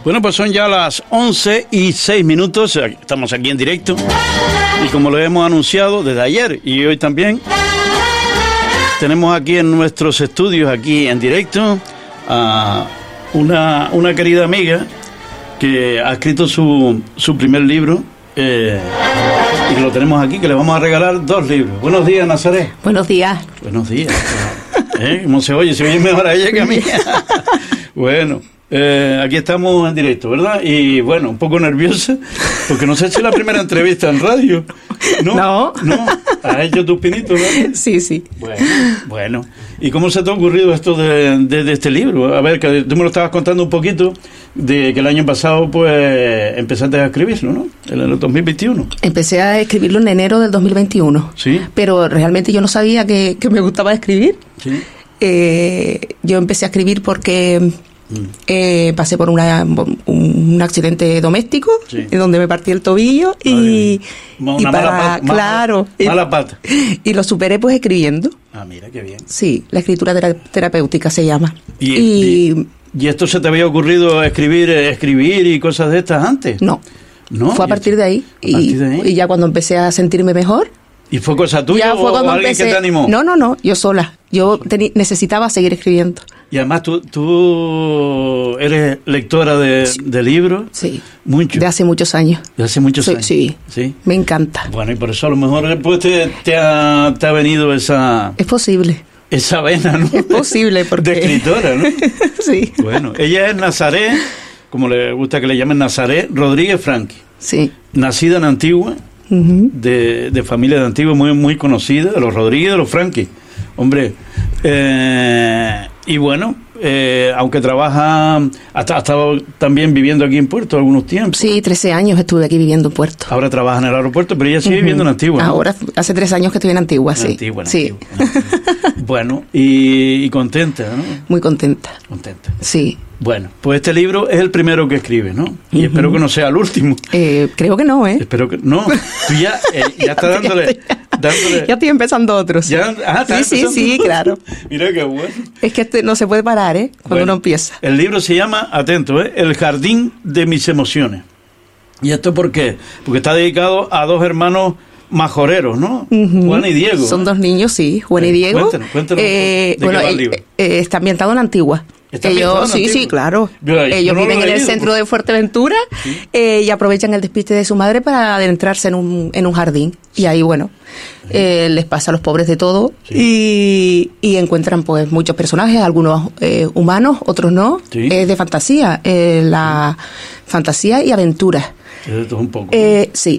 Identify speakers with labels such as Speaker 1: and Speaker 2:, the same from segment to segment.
Speaker 1: Bueno, pues son ya las 11:06. Estamos aquí en directo. Y como lo hemos anunciado desde ayer y hoy también, tenemos aquí en nuestros estudios, aquí en directo, a una querida amiga que ha escrito su primer libro. Y lo tenemos aquí, que le vamos a regalar 2 libros. Buenos días, Nazaret.
Speaker 2: Buenos días.
Speaker 1: Buenos días. ¿Cómo se oye? Se oye mejor a ella que a mí. Bueno, aquí estamos en directo, ¿verdad? Y bueno, un poco nerviosa, porque no sé si es la primera entrevista en radio. No. ¿Has hecho tus pinitos, no?
Speaker 2: Sí.
Speaker 1: Bueno. ¿Y cómo se te ha ocurrido esto de este libro? A ver, que tú me lo estabas contando un poquito, de que el año pasado, pues, empezaste a escribirlo, ¿no? En el 2021.
Speaker 2: Empecé a escribirlo en enero del 2021.
Speaker 1: Sí.
Speaker 2: Pero realmente yo no sabía que me gustaba escribir.
Speaker 1: Sí.
Speaker 2: Yo empecé a escribir porque pasé por un accidente doméstico,
Speaker 1: sí,
Speaker 2: en donde me partí el tobillo
Speaker 1: mala pata.
Speaker 2: Y lo superé pues escribiendo.
Speaker 1: Ah, mira, qué bien.
Speaker 2: Sí, la escritura terapéutica se llama.
Speaker 1: ¿Y esto se te había ocurrido escribir y cosas de estas antes?
Speaker 2: No. Fue a partir de ahí. Y ya cuando empecé a sentirme mejor.
Speaker 1: ¿Y fue cosa tuya o alguien que te animó?
Speaker 2: No, yo sola. Yo necesitaba seguir escribiendo.
Speaker 1: Y además tú eres lectora de libros.
Speaker 2: Sí.
Speaker 1: Mucho.
Speaker 2: De hace muchos años.
Speaker 1: De hace muchos años.
Speaker 2: Sí. Me encanta.
Speaker 1: Bueno, y por eso a lo mejor después te ha venido esa...
Speaker 2: Es posible.
Speaker 1: Esa vena, ¿no?
Speaker 2: Es posible porque...
Speaker 1: De escritora, ¿no?
Speaker 2: Sí.
Speaker 1: Bueno, ella es Nazaret, como le gusta que le llamen, Nazaret Rodríguez Franqui.
Speaker 2: Sí.
Speaker 1: Nacida en Antigua, de familia de Antigua muy, muy conocida, de los Rodríguez, de los Franqui. Hombre, y bueno, aunque trabaja, ha estado también viviendo aquí en Puerto algunos tiempos.
Speaker 2: Sí, 13 años estuve aquí viviendo en Puerto.
Speaker 1: Ahora trabaja en el aeropuerto, pero ella sigue viviendo en Antigua, ¿no?
Speaker 2: Ahora, hace 3 años que estoy en Antigua, sí.
Speaker 1: Antigua.
Speaker 2: Bueno,
Speaker 1: y contenta, ¿no?
Speaker 2: Muy contenta.
Speaker 1: Contenta.
Speaker 2: Sí.
Speaker 1: Bueno, pues este libro es el primero que escribe, ¿no? Y espero que no sea el último.
Speaker 2: Creo que no, ¿eh?
Speaker 1: Espero que... No, tú ya estás dándole...
Speaker 2: Ya estoy empezando otros. Sí, claro.
Speaker 1: Mira qué bueno.
Speaker 2: Es que no se puede parar, ¿eh? Cuando uno empieza.
Speaker 1: El libro se llama, atento, El jardín de mis emociones. ¿Y esto por qué? Porque está dedicado a 2 hermanos majoreros, ¿no? Juan y Diego.
Speaker 2: Son 2 niños, sí, Juan y Diego.
Speaker 1: Cuéntanos ¿de qué va el libro?
Speaker 2: Está ambientado en Antigua. Ellos, sí, claro. Ellos viven en el centro de Fuerteventura, y aprovechan el despiste de su madre para adentrarse en un jardín. Y ahí, bueno, les pasa a los pobres de todo, y encuentran pues muchos personajes, algunos humanos, otros no. Sí. Es de fantasía, la fantasía y aventura.
Speaker 1: Es de todo un poco.
Speaker 2: Sí.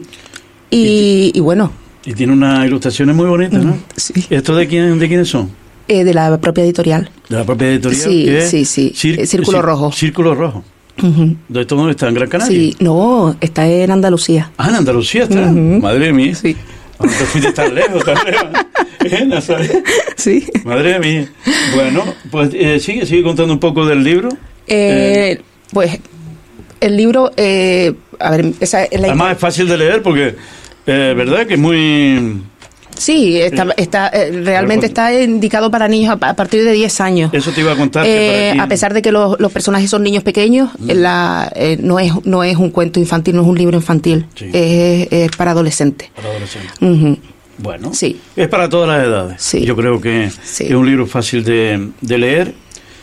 Speaker 2: Y bueno.
Speaker 1: Y tiene unas ilustraciones muy bonitas, ¿no?
Speaker 2: Sí.
Speaker 1: ¿Esto de quiénes son?
Speaker 2: De la propia editorial.
Speaker 1: ¿De la propia editorial?
Speaker 2: Sí. Círculo Rojo.
Speaker 1: Círculo Rojo. ¿De esto dónde está? ¿En Gran Canaria?
Speaker 2: Sí, no, está en Andalucía.
Speaker 1: Ah, en Andalucía está. Madre mía.
Speaker 2: Sí.
Speaker 1: No te fuiste tan lejos. Nazaret.
Speaker 2: Sí.
Speaker 1: Madre mía. Bueno, pues sigue contando un poco del libro.
Speaker 2: Pues el libro, a ver, esa es la...
Speaker 1: Además es fácil de leer porque, ¿verdad? Que es muy...
Speaker 2: Sí, realmente está indicado para niños a partir de 10 años.
Speaker 1: Eso te iba a contar.
Speaker 2: A pesar de que los personajes son niños pequeños, no es un cuento infantil, no es un libro infantil, sí, es para adolescentes.
Speaker 1: Para adolescentes. Bueno,
Speaker 2: sí,
Speaker 1: es para todas las edades.
Speaker 2: Sí.
Speaker 1: Yo creo que es un libro fácil de leer.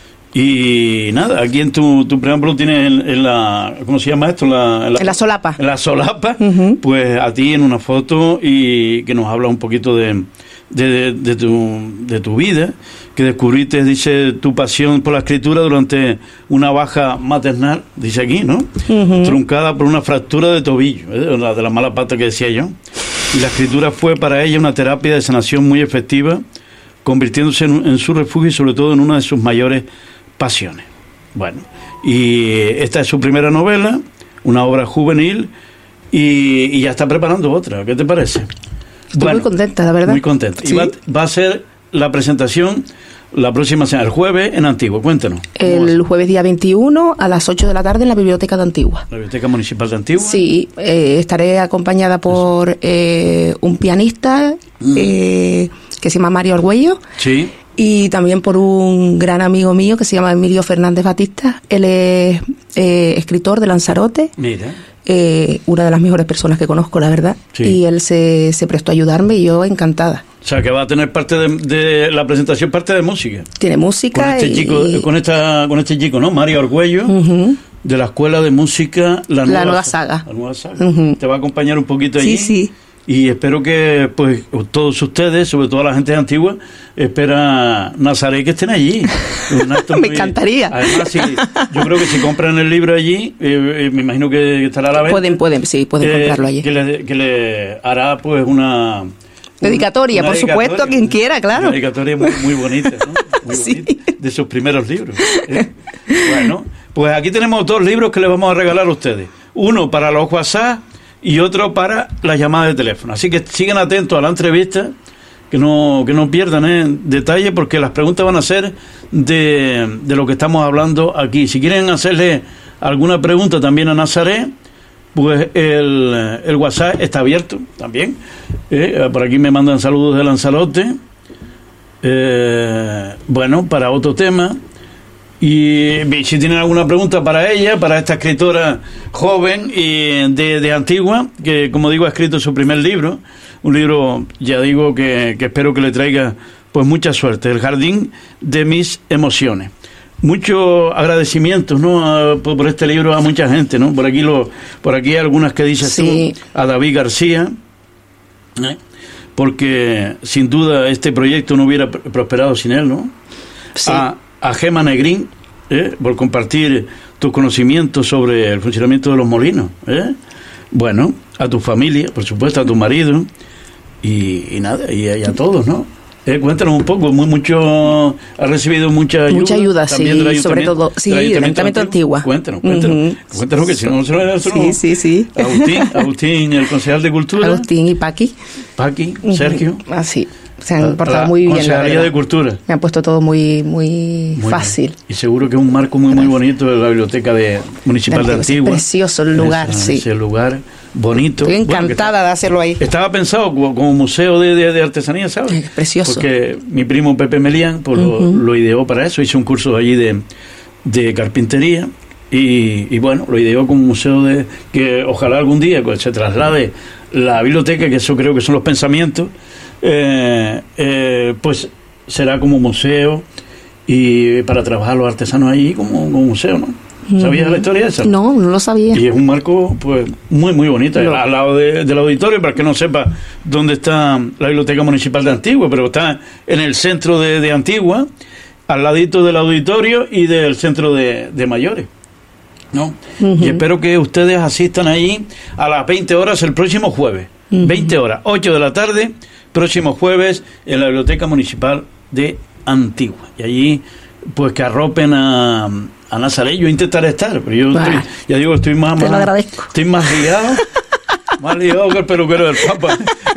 Speaker 1: Y nada, aquí en tu preámbulo tienes en la... ¿Cómo se llama esto? En la
Speaker 2: solapa.
Speaker 1: En la solapa, pues a ti en una foto y que nos habla un poquito de tu vida, que descubriste, dice, tu pasión por la escritura durante una baja maternal, dice aquí, ¿no? Truncada por una fractura de tobillo, de la mala pata que decía yo. Y la escritura fue para ella una terapia de sanación muy efectiva, convirtiéndose en su refugio y sobre todo en una de sus mayores pasiones. Bueno, y esta es su primera novela, una obra juvenil, y ya está preparando otra. ¿Qué te parece?
Speaker 2: Estoy muy contenta, la verdad.
Speaker 1: Muy contenta. Sí. Y va a ser la presentación la próxima semana, el jueves en Antigua. Cuéntanos.
Speaker 2: El jueves día 21 a las 8 de la tarde en la Biblioteca de Antigua.
Speaker 1: ¿La Biblioteca Municipal de Antigua?
Speaker 2: Sí, estaré acompañada por un pianista que se llama Mario Argüello.
Speaker 1: Sí.
Speaker 2: y también por un gran amigo mío que se llama Emilio Fernández Batista. Él es escritor de Lanzarote.
Speaker 1: Mira.
Speaker 2: Una de las mejores personas que conozco, la verdad. Sí. Y él se prestó a ayudarme y yo encantada.
Speaker 1: O sea, que va a tener parte de la presentación, parte de música.
Speaker 2: Tiene música.
Speaker 1: Con este chico, ¿no? Mario Argüello, de la Escuela de Música La Nueva Saga. La Nueva Saga. Te va a acompañar un poquito allí.
Speaker 2: Sí.
Speaker 1: Y espero que, pues, todos ustedes, sobre todo la gente de Antigua, espera Nazaret que estén allí.
Speaker 2: Me encantaría.
Speaker 1: Además, yo creo que si compran el libro allí, me imagino que estará a la venta.
Speaker 2: Pueden comprarlo allí.
Speaker 1: Que le hará, pues, una
Speaker 2: dedicatoria, por supuesto, a quien quiera, claro.
Speaker 1: Una dedicatoria muy bonita, ¿no? Muy bonita, de sus primeros libros. Bueno, pues aquí tenemos 2 libros que les vamos a regalar a ustedes. Uno para los WhatsApp y otro para las llamadas de teléfono. Así que sigan atentos a la entrevista, que no pierdan detalle, porque las preguntas van a ser de lo que estamos hablando aquí. Si quieren hacerle alguna pregunta también a Nazaret, pues el WhatsApp está abierto también. Por aquí me mandan saludos de Lanzarote. Bueno, para otro tema. Y si tienen alguna pregunta para ella, para esta escritora joven y de Antigua, que, como digo, ha escrito su primer libro, un libro, ya digo, que espero que le traiga, pues, mucha suerte, El jardín de mis emociones. Muchos agradecimientos, ¿no? Por este libro a mucha gente, ¿no? Por aquí hay algunas que dices tú, a David García, porque sin duda este proyecto no hubiera prosperado sin él, ¿no? Sí. A Gema Negrín, por compartir tus conocimientos sobre el funcionamiento de los molinos. Bueno, a tu familia, por supuesto, a tu marido, y nada, y a todos, ¿no? Cuéntanos un poco, has recibido mucha ayuda.
Speaker 2: Mucha ayuda, sí, sobre todo, sí, del Ayuntamiento de Antigua.
Speaker 1: Cuéntanos, que si no
Speaker 2: Sí.
Speaker 1: Agustín, el concejal de Cultura.
Speaker 2: Agustín y Paqui,
Speaker 1: Sergio.
Speaker 2: Sí. Se han portado muy bien.
Speaker 1: Consejería de Cultura.
Speaker 2: Me han puesto todo muy fácil.
Speaker 1: Bien. Y seguro que es un marco muy bonito de la Biblioteca Municipal de Antigua.
Speaker 2: Es precioso el lugar,
Speaker 1: ese lugar bonito.
Speaker 2: Estoy encantada de hacerlo ahí.
Speaker 1: Estaba pensado como museo de artesanía, ¿sabes?
Speaker 2: Es precioso.
Speaker 1: Porque mi primo Pepe Melián pues lo ideó para eso. Hizo un curso allí de carpintería. Y bueno, lo ideó como un museo que ojalá algún día pues, se traslade la biblioteca, que eso creo que son los pensamientos. Pues será como museo y para trabajar los artesanos allí como museo, ¿no? ¿Sabías la historia esa?
Speaker 2: No lo sabía.
Speaker 1: Y es un marco pues muy bonito, al lado del auditorio, para que no sepa dónde está la Biblioteca Municipal de Antigua, pero está en el centro de Antigua, al ladito del auditorio y del centro de mayores, ¿no? Y espero que ustedes asistan ahí a las 20 horas el próximo jueves. 20 horas, 8 de la tarde, próximo jueves, en la Biblioteca Municipal de Antigua. Y allí, pues, que arropen a Nazaret. Yo intentaré estar, pero yo estoy más liado que el peluquero del Papa.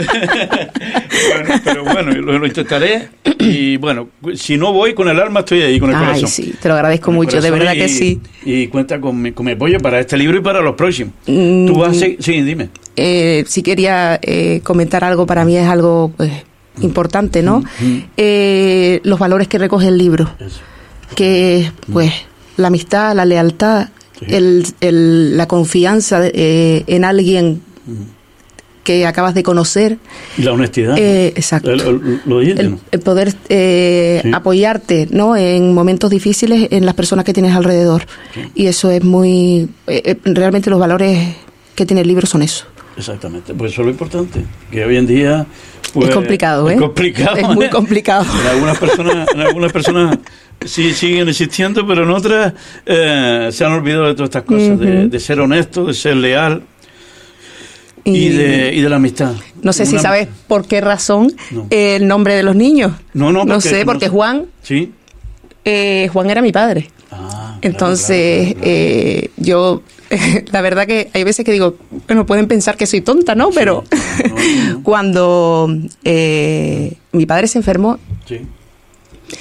Speaker 1: Pero bueno, lo intentaré. Y bueno, si no voy con el alma, estoy ahí con el corazón.
Speaker 2: Sí, te lo agradezco mucho, de verdad que sí.
Speaker 1: Y cuenta con mi apoyo para este libro y para los próximos. Tú vas sí, dime.
Speaker 2: Sí quería comentar algo, para mí es algo importante, ¿no? Los valores que recoge el libro. Eso. Que es, pues, la amistad, la lealtad, la confianza en alguien que acabas de conocer.
Speaker 1: Y la honestidad.
Speaker 2: Exacto. El poder apoyarte, ¿no? En momentos difíciles en las personas que tienes alrededor. Sí. Y eso es muy... realmente los valores que tiene el libro son eso.
Speaker 1: Exactamente. Pues eso es lo importante. Que hoy en día... Pues,
Speaker 2: es complicado, ¿eh?
Speaker 1: Es
Speaker 2: muy complicado.
Speaker 1: En algunas personas sí siguen existiendo, pero en otras se han olvidado de todas estas cosas, de ser honesto, de ser leal. Y de la amistad.
Speaker 2: No sé si sabes por qué razón el nombre de los niños. No sé, porque Juan.
Speaker 1: Sí.
Speaker 2: Juan era mi padre. Entonces, claro. Yo, la verdad que hay veces que digo, bueno, pueden pensar que soy tonta, ¿no? Pero no. Cuando mi padre se enfermó,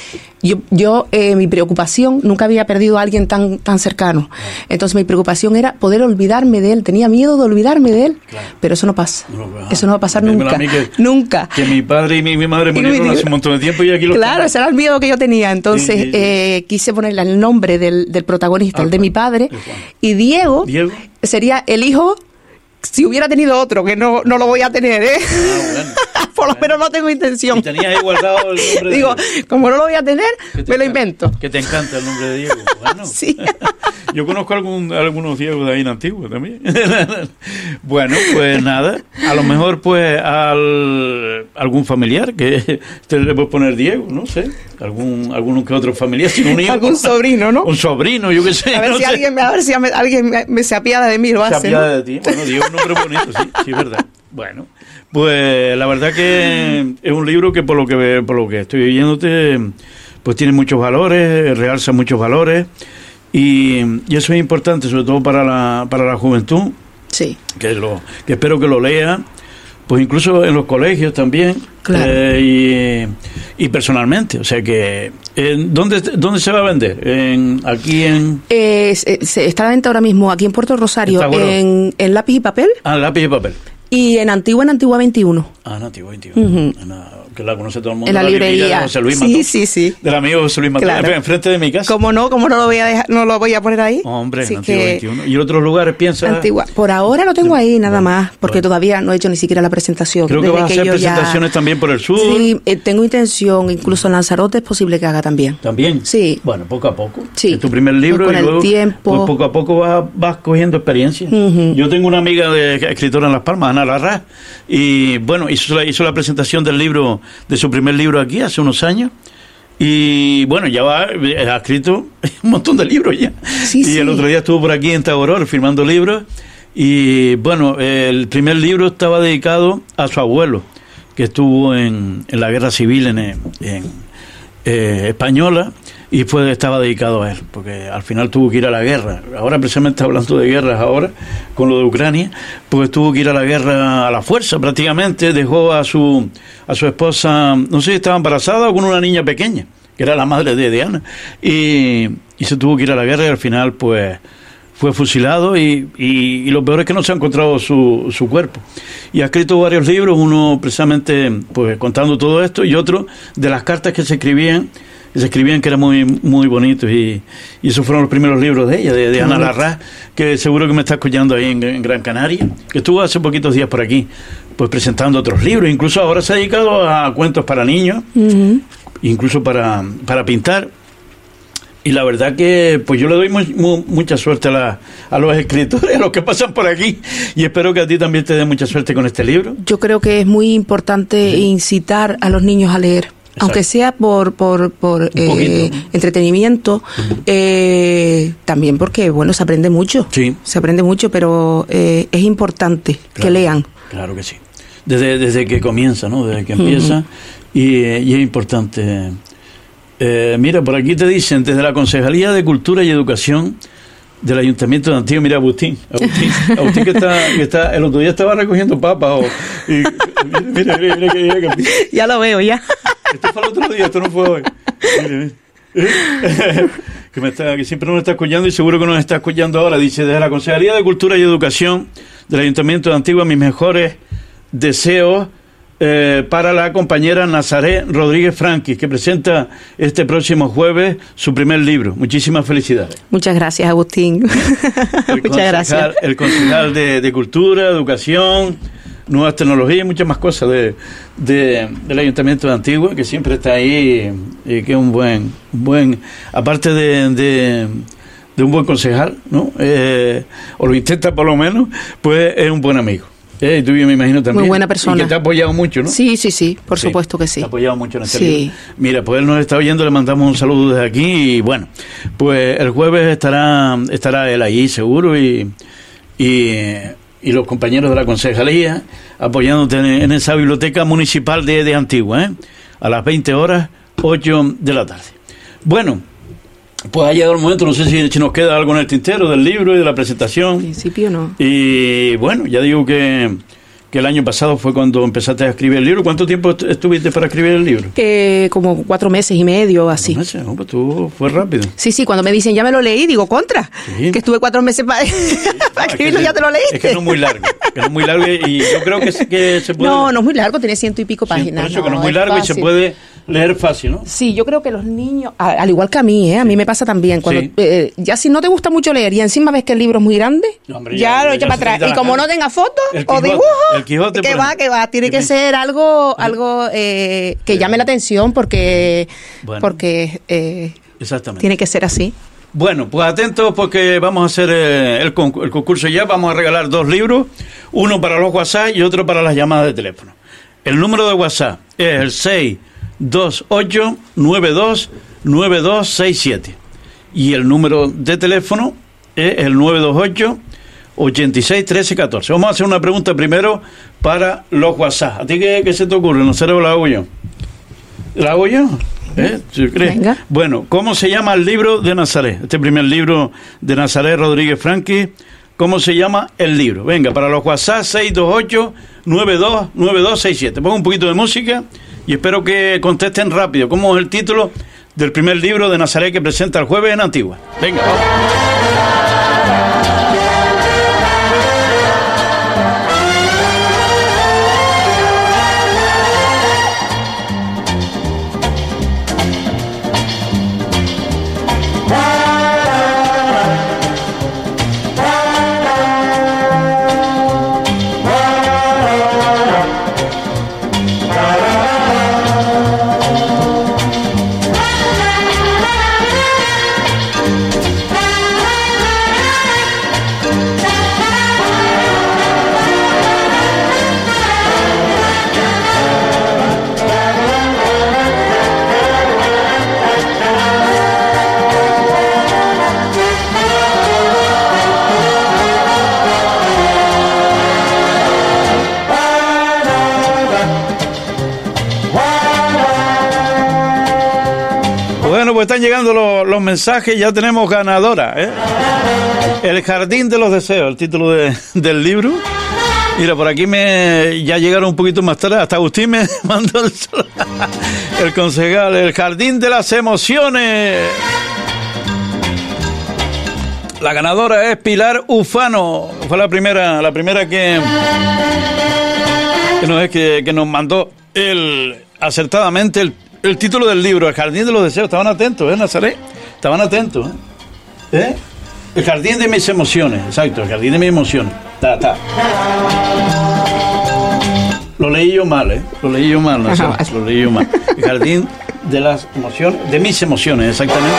Speaker 2: Yo mi preocupación, nunca había perdido a alguien tan cercano. Entonces mi preocupación era poder olvidarme de él. Tenía miedo de olvidarme de él, pero eso no pasa. Eso no va a pasar nunca. Nunca.
Speaker 1: Que mi padre y mi madre murieron hace un montón de tiempo y aquí lo
Speaker 2: Claro, ese era el miedo que yo tenía. Entonces quise ponerle el nombre del protagonista, el de mi padre, y Diego sería el hijo. Si hubiera tenido otro, que no lo voy a tener, ¿eh? Bueno. Por lo menos no tengo intención.
Speaker 1: ¿Y tenías igualdad el nombre de
Speaker 2: Digo, Diego? Como no lo voy a tener, me lo invento.
Speaker 1: Que te encanta el nombre de Diego. Bueno.
Speaker 2: Sí.
Speaker 1: Yo conozco algunos Diegos de ahí en Antigua también. Bueno, pues nada. A lo mejor, pues, algún familiar que te le puedes poner Diego, no sé. Algún que otro familiar. Sin un hijo.
Speaker 2: Algún sobrino, ¿no?
Speaker 1: Un sobrino, yo qué sé.
Speaker 2: A ver si alguien se apiada de mí, lo hace. Se
Speaker 1: apiada de ti. Bueno, Diego es un nombre bonito, sí, es verdad. Bueno, pues la verdad que es un libro que por lo que estoy oyéndote, pues tiene muchos valores, realza muchos valores y eso es importante, sobre todo para la juventud.
Speaker 2: Sí.
Speaker 1: Que espero que lo lea, pues incluso en los colegios también.
Speaker 2: Claro.
Speaker 1: Y personalmente, o sea que ¿dónde se va a vender?
Speaker 2: Está a venta ahora mismo aquí en Puerto Rosario en Lápiz y Papel.
Speaker 1: Lápiz y Papel.
Speaker 2: Y en Antigua 21.
Speaker 1: En Antigua 21. Que la conoce todo el mundo.
Speaker 2: En la librería de
Speaker 1: José Luis Mató.
Speaker 2: Sí.
Speaker 1: Del amigo José Luis Mató.
Speaker 2: Claro.
Speaker 1: Enfrente de mi casa.
Speaker 2: ¿Cómo no lo voy a dejar, no lo voy a poner ahí?
Speaker 1: Hombre, en Antigua 21. ¿Y en otros lugares piensas?
Speaker 2: Antigua. Por ahora lo tengo ahí nada más, porque todavía no he hecho ni siquiera la presentación.
Speaker 1: Creo que vas a hacer presentaciones también por el sur.
Speaker 2: Sí, tengo intención, incluso en Lanzarote es posible que haga también.
Speaker 1: ¿También?
Speaker 2: Sí.
Speaker 1: Bueno, poco a poco.
Speaker 2: Sí.
Speaker 1: Es tu primer libro
Speaker 2: con
Speaker 1: y luego,
Speaker 2: el tiempo.
Speaker 1: Pues poco a poco vas cogiendo experiencia. Yo tengo una amiga escritora en Las Palmas, Ana Larraz, y bueno, hizo la presentación del libro, de su primer libro aquí hace unos años. Y bueno, ha escrito un montón de libros ya.
Speaker 2: Sí.
Speaker 1: El otro día estuvo por aquí en Taborol firmando libros. Y bueno, el primer libro estaba dedicado a su abuelo, que estuvo en la guerra civil española, y estaba dedicado a él, porque al final tuvo que ir a la guerra. Ahora, precisamente hablando de guerras ahora, con lo de Ucrania, pues tuvo que ir a la guerra a la fuerza prácticamente. Dejó a su esposa, no sé si estaba embarazada o con una niña pequeña, que era la madre de Diana, y se tuvo que ir a la guerra, y al final pues fue fusilado, y lo peor es que no se ha encontrado su cuerpo. Y ha escrito varios libros, uno precisamente pues contando todo esto, y otro de las cartas que se escribían que eran muy, muy bonitos, y esos fueron los primeros libros de ella, de Ana Larraz, que seguro que me está escuchando ahí en Gran Canaria, que estuvo hace poquitos días por aquí, pues presentando otros libros. Incluso ahora se ha dedicado a cuentos para niños, incluso para pintar. Y la verdad que pues yo le doy mucha suerte a los escritores, a los que pasan por aquí, y espero que a ti también te dé mucha suerte con este libro.
Speaker 2: Yo creo que es muy importante incitar a los niños a leer. Exacto. Aunque sea por entretenimiento, también porque, bueno, se aprende mucho.
Speaker 1: Sí.
Speaker 2: Se aprende mucho, pero es importante que lean.
Speaker 1: Claro que sí. Desde que comienza, ¿no? Desde que empieza, y es importante. Mira, por aquí te dicen, desde la Concejalía de Cultura y Educación del Ayuntamiento de Antigua, mira, Agustín que está, el otro día estaba recogiendo papas. Mira.
Speaker 2: Ya lo veo, ya.
Speaker 1: Esto fue el otro día, esto no fue hoy. Que siempre nos está escuchando, y seguro que nos está escuchando ahora. Dice, desde la Concejalía de Cultura y Educación del Ayuntamiento de Antigua, mis mejores deseos para la compañera Nazaret Rodríguez Franquis, que presenta este próximo jueves su primer libro. Muchísimas felicidades.
Speaker 2: Muchas gracias, Agustín. Muchas gracias.
Speaker 1: El concejal de Cultura, Educación, Nuevas Tecnologías y muchas más cosas del Ayuntamiento de Antigua, que siempre está ahí, y que es un buen aparte de un buen concejal, ¿no? O lo intenta por lo menos, pues es un buen amigo. Y tú, yo me imagino también.
Speaker 2: Muy buena persona.
Speaker 1: Y que te ha apoyado mucho, ¿no?
Speaker 2: Sí, por supuesto que sí.
Speaker 1: Te ha apoyado mucho en este libro. Mira, pues él nos está oyendo, le mandamos un saludo desde aquí, y bueno, pues el jueves estará él allí seguro, y los compañeros de la concejalía apoyándote en esa biblioteca municipal de Antigua, a las 20 horas, 8 de la tarde. Bueno, pues ha llegado el momento, no sé si nos queda algo en el tintero del libro y de la presentación.
Speaker 2: En principio no.
Speaker 1: Y bueno, ya digo que que el año pasado fue cuando empezaste a escribir el libro. ¿Cuánto tiempo estuviste para escribir el libro?
Speaker 2: Como 4 meses y medio, así.
Speaker 1: 4 meses, pues tú fue rápido.
Speaker 2: Sí, cuando me dicen, ya me lo leí, digo, contra, que estuve 4 meses para escribirlo, ya te lo leíste.
Speaker 1: Es que no es muy largo, y yo creo que se puede...
Speaker 2: No es muy largo, tiene 100 y pico páginas.
Speaker 1: Por eso que no es muy largo fácil. Y se puede leer fácil, ¿no?
Speaker 2: Sí, yo creo que los niños, al igual que a mí, a mí me pasa también, cuando ya si no te gusta mucho leer y encima ves que el libro es muy grande, ya lo echas para atrás. Y como no tenga fotos o dibujos, que va, tiene que ser algo que llame la atención porque
Speaker 1: exactamente.
Speaker 2: Tiene que ser así.
Speaker 1: Bueno, pues atentos porque vamos a hacer el concurso ya. Vamos a regalar 2 libros, uno para los WhatsApp y otro para las llamadas de teléfono. El número de WhatsApp es el 628-92-9267 y el número de teléfono es el 928-86-1314. Vamos a hacer una pregunta primero para los WhatsApp. ¿A ti qué se te ocurre? ¿No sé, la hago yo? ¿La hago yo? ¿Sí crees? Venga. Bueno, ¿cómo se llama el libro de Nazaret? Este primer libro de Nazaret Rodríguez Franqui. ¿Cómo se llama el libro? Venga, para los WhatsApp 628-92-9267. Pongo un poquito de música y espero que contesten rápido. ¿Cómo es el título del primer libro de Nazaret que presenta el jueves en Antigua? Venga, vamos. Están llegando los mensajes, ya tenemos ganadora, El Jardín de los Deseos, el título del libro. Mira, por aquí ya llegaron un poquito más tarde, hasta Agustín me mandó el concejal, El Jardín de las Emociones. La ganadora es Pilar Ufano, fue la primera que nos mandó acertadamente el título del libro, El Jardín de los Deseos. Estaban atentos, Nazaret? Estaban atentos, El Jardín de mis Emociones, exacto, El Jardín de mis Emociones. Lo leí yo mal, Nazaret, lo leí yo mal. El Jardín de las Emociones, de mis Emociones, exactamente.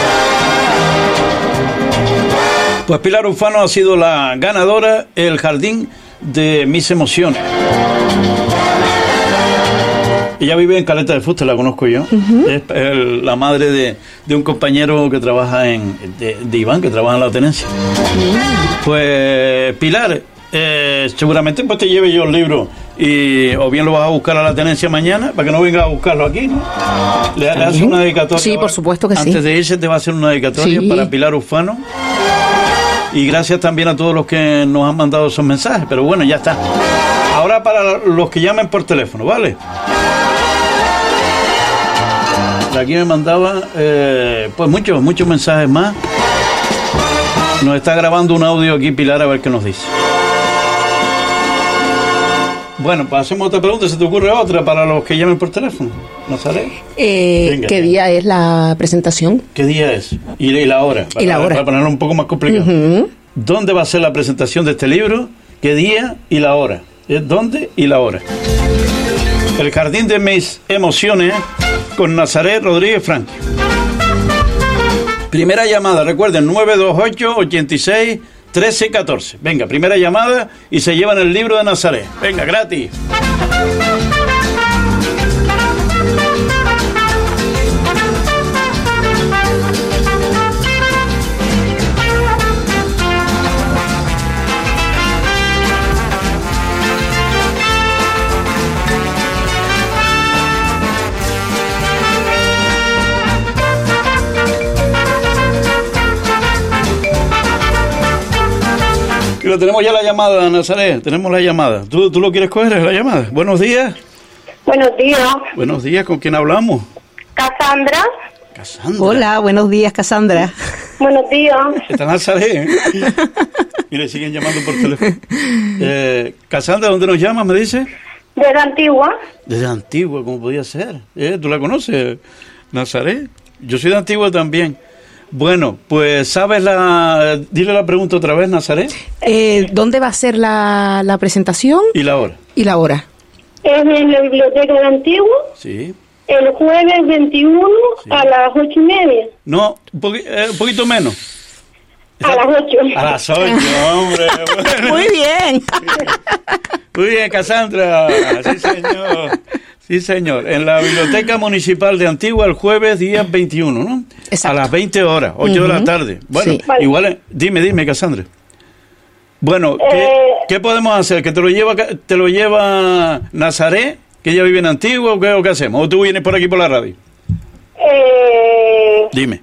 Speaker 1: Pues Pilar Ufano ha sido la ganadora, El Jardín de mis Emociones. Ella vive en Caleta de Fuste, la conozco yo. Es la madre de un compañero que trabaja de Iván, que trabaja en la tenencia. Pues Pilar, seguramente pues te lleve yo el libro o bien lo vas a buscar a la tenencia mañana para que no vengas a buscarlo aquí, ¿no? Le haces una dedicatoria.
Speaker 2: Sí, por supuesto que sí.
Speaker 1: Antes de irse te va a hacer una dedicatoria para Pilar Ufano. Y gracias también a todos los que nos han mandado esos mensajes. Pero bueno, ya está. Ahora para los que llamen por teléfono, ¿vale? Aquí me mandaba pues muchos mensajes más. Nos está grabando un audio aquí Pilar, a ver qué nos dice. Bueno, pues hacemos otra pregunta. ¿Se te ocurre otra para los que llamen por teléfono? ¿Nazaret?
Speaker 2: ¿Qué día es la presentación?
Speaker 1: ¿Qué día es? Y la hora. Para ponerlo un poco más complicado. ¿Dónde va a ser la presentación de este libro? ¿Qué día y la hora? ¿Dónde y la hora? El Jardín de mis Emociones con Nazaret Rodríguez Franqui. Primera llamada, recuerden, 928-86-1314. Venga, primera llamada y se llevan el libro de Nazaret. Venga, gratis. Mira, tenemos ya la llamada, Nazaret. Tenemos la llamada. ¿Tú lo quieres coger, la llamada? Buenos días.
Speaker 3: Buenos días.
Speaker 1: Buenos días, ¿con quién hablamos?
Speaker 3: Cassandra.
Speaker 1: Cassandra.
Speaker 2: Hola, buenos días, Cassandra.
Speaker 3: Buenos días.
Speaker 1: Está Nazaret, ¿eh? Mire, siguen llamando por teléfono. Cassandra, ¿dónde nos llamas, me dice?
Speaker 3: Desde Antigua.
Speaker 1: Desde Antigua, ¿cómo podía ser? ¿Tú la conoces, Nazaret? Yo soy de Antigua también. Bueno, pues, ¿sabes dile la pregunta otra vez, Nazaret?
Speaker 2: ¿Dónde va a ser la presentación?
Speaker 1: ¿Y la hora?
Speaker 2: ¿Y la hora?
Speaker 3: Es en la biblioteca de Antigua.
Speaker 1: Sí.
Speaker 3: El jueves 21 sí. A las 8:30.
Speaker 1: No, un poquito menos.
Speaker 3: A las 8.
Speaker 1: A las 8, hombre. Bueno.
Speaker 2: Muy bien.
Speaker 1: Muy bien, Cassandra. Sí, señor. Sí, señor. En la Biblioteca Municipal de Antigua el jueves día 21, ¿no?
Speaker 2: Exacto.
Speaker 1: A las 20 horas, 8 de la tarde. Bueno,
Speaker 2: sí.
Speaker 1: Igual, dime, Cassandra. Bueno, ¿qué podemos hacer? ¿Que te lo lleva Nazaret, que ella vive en Antigua, o qué hacemos? ¿O tú vienes por aquí por la radio? Dime.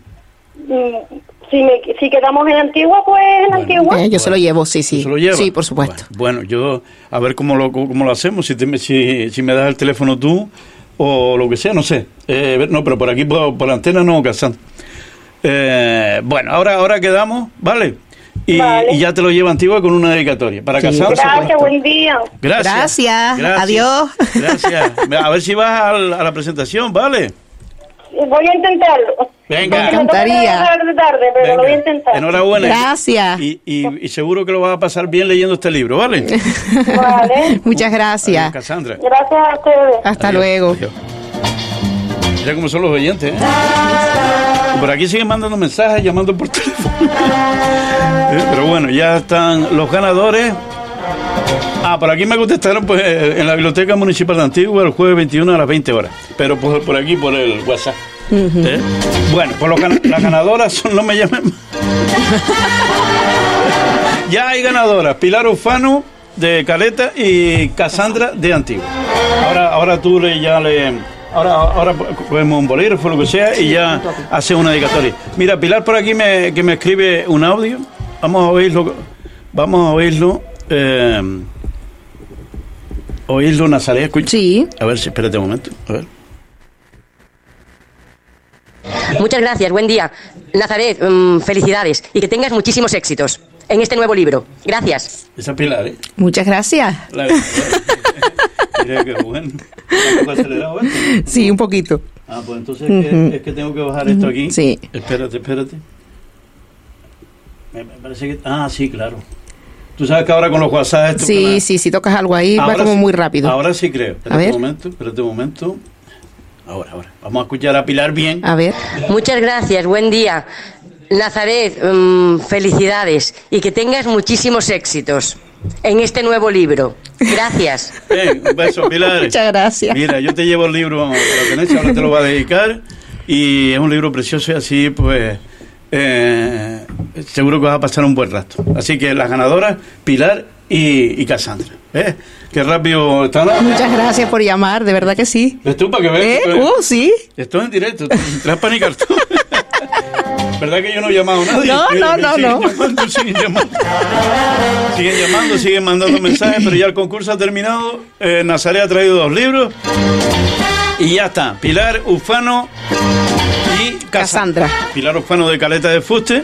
Speaker 3: Si quedamos en Antigua, pues en Antigua.
Speaker 2: Yo se lo llevo, sí. ¿Se lo lleva? Sí, por supuesto.
Speaker 1: Bueno, yo a ver cómo lo hacemos, si me das el teléfono tú o lo que sea, no sé. No, pero por aquí, por la antena no, Cassandra. Bueno, ahora quedamos, ¿vale? Y ya te lo lleva Antigua con una dedicatoria. Para Cassandra.
Speaker 3: Gracias, buen día.
Speaker 2: Gracias. Adiós.
Speaker 1: Gracias. A ver si vas a la presentación, ¿vale?
Speaker 3: Voy a intentarlo.
Speaker 1: Venga.
Speaker 2: Me encantaría.
Speaker 3: Tarde, pero lo voy a intentar.
Speaker 1: Enhorabuena.
Speaker 2: Gracias.
Speaker 1: Y seguro que lo vas a pasar bien leyendo este libro, ¿vale?
Speaker 3: Vale.
Speaker 2: Muchas gracias.
Speaker 1: Adiós, Cassandra.
Speaker 3: Gracias a ustedes.
Speaker 2: Hasta luego.
Speaker 1: Adiós. Mira cómo son los oyentes, ¿eh? Y por aquí siguen mandando mensajes, llamando por teléfono. Pero bueno, ya están los ganadores. Por aquí me contestaron pues en la Biblioteca Municipal de Antigua el jueves 21 a las 20 horas. Pero por aquí, por el WhatsApp. Bueno, pues las ganadoras son, no me llamen más. Ya hay ganadoras, Pilar Ufano de Caleta y Cassandra de Antigua. Ahora tú ahora cogemos un bolígrafo, lo que sea, y ya hace una dedicatoria. Mira, Pilar por aquí que me escribe un audio. Vamos a oírlo. Oírlo, Nazaret, escucha.
Speaker 2: Sí.
Speaker 1: A ver, espérate un momento. A ver.
Speaker 4: Muchas gracias, buen día. Nazaret, felicidades y que tengas muchísimos éxitos en este nuevo libro. Gracias.
Speaker 1: Esa Pilar, ¿eh?
Speaker 2: Muchas gracias.
Speaker 1: Mira qué bueno. ¿Un poco acelerado esto?
Speaker 2: Sí, un poquito.
Speaker 1: Pues entonces es que tengo que bajar esto aquí.
Speaker 2: Sí.
Speaker 1: Espérate. Me parece que... sí, claro. Tú sabes que ahora con los WhatsApp...
Speaker 2: Sí, si tocas algo ahí va como muy rápido.
Speaker 1: Ahora sí creo. Espérate un momento. Ahora. Vamos a escuchar a Pilar bien.
Speaker 2: A ver.
Speaker 4: Muchas gracias, buen día. Nazaret, felicidades y que tengas muchísimos éxitos en este nuevo libro. Gracias.
Speaker 1: Un beso, Pilar.
Speaker 2: Muchas gracias.
Speaker 1: Mira, yo te llevo el libro, lo tenés, ahora te lo va a dedicar y es un libro precioso y así pues... seguro que vas a pasar un buen rato. Así que las ganadoras, Pilar y Cassandra. Qué rápido están.
Speaker 2: Muchas gracias por llamar, de verdad que sí.
Speaker 1: ¿Ves tú para que veas?
Speaker 2: Sí.
Speaker 1: Estoy en directo, te vas a panicar tú. ¿Verdad que yo no he llamado a nadie?
Speaker 2: No.
Speaker 1: Siguen mandando mensajes, pero ya el concurso ha terminado. Nazaret ha traído 2 libros y ya está. Pilar Ufano y Cassandra. Pilar Ufano de Caleta de Fuste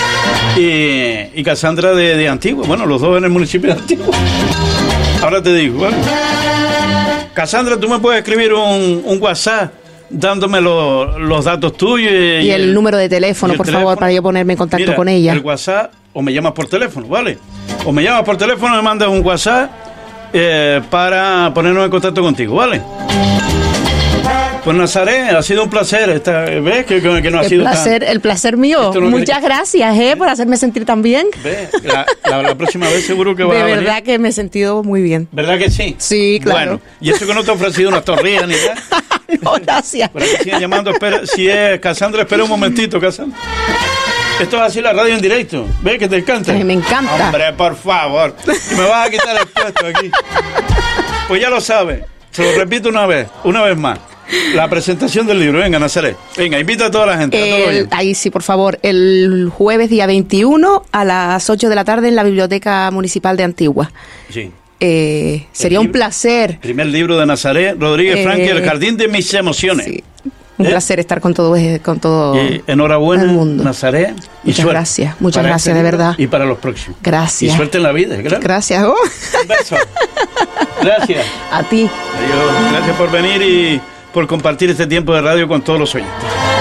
Speaker 1: y Cassandra de Antigua. Bueno, los dos en el municipio de Antigua. Ahora te digo, ¿vale? Cassandra, tú me puedes escribir un WhatsApp dándome los datos tuyos
Speaker 2: y el número de teléfono, por favor, para yo ponerme en contacto con ella.
Speaker 1: El WhatsApp, o me llamas por teléfono, ¿vale? O me llamas por teléfono, me mandas un WhatsApp para ponernos en contacto contigo, ¿vale? Pues Nazaret, ha sido un placer. ¿Ves que no ha sido
Speaker 2: el placer mío. Muchas gracias por hacerme sentir tan bien.
Speaker 1: ¿Ves? La próxima vez seguro que va a venir.
Speaker 2: De verdad que me he sentido muy bien.
Speaker 1: ¿Verdad que sí?
Speaker 2: Sí, claro.
Speaker 1: Bueno, y eso que no te he ofrecido unas torrillas ni nada.
Speaker 2: No, gracias.
Speaker 1: Por aquí siguen llamando. Si es Cassandra, espera un momentito, Cassandra. Esto es así la radio en directo. ¿Ves que te encanta?
Speaker 2: Ay, me encanta.
Speaker 1: Hombre, por favor. Y me vas a quitar el puesto aquí. Pues ya lo sabes. Se lo repito una vez más. La presentación del libro, venga, Nazaret. Venga, invita a toda la gente.
Speaker 2: Ahí sí, por favor. El jueves día 21 a las 8 de la tarde en la Biblioteca Municipal de Antigua.
Speaker 1: Sí.
Speaker 2: Sería un placer.
Speaker 1: Primer libro de Nazaret Rodríguez Franqui, El jardín de mis emociones.
Speaker 2: Sí. Un placer estar con todo
Speaker 1: enhorabuena,
Speaker 2: el mundo.
Speaker 1: Nazaret.
Speaker 2: Muchas gracias, de verdad.
Speaker 1: Y para los próximos.
Speaker 2: Gracias.
Speaker 1: Y suerte en la vida.
Speaker 2: Gracias.
Speaker 1: Un beso. Gracias.
Speaker 2: A ti.
Speaker 1: Adiós. Gracias por venir y por compartir este tiempo de radio con todos los oyentes.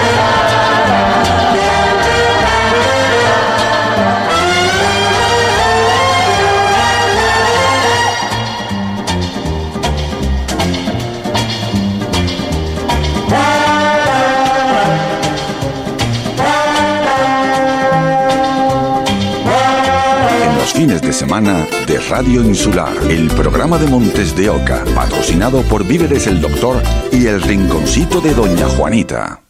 Speaker 5: Fines de semana de Radio Insular, el programa de Montes de Oca, patrocinado por Víveres El Doctor y el Rinconcito de Doña Juanita.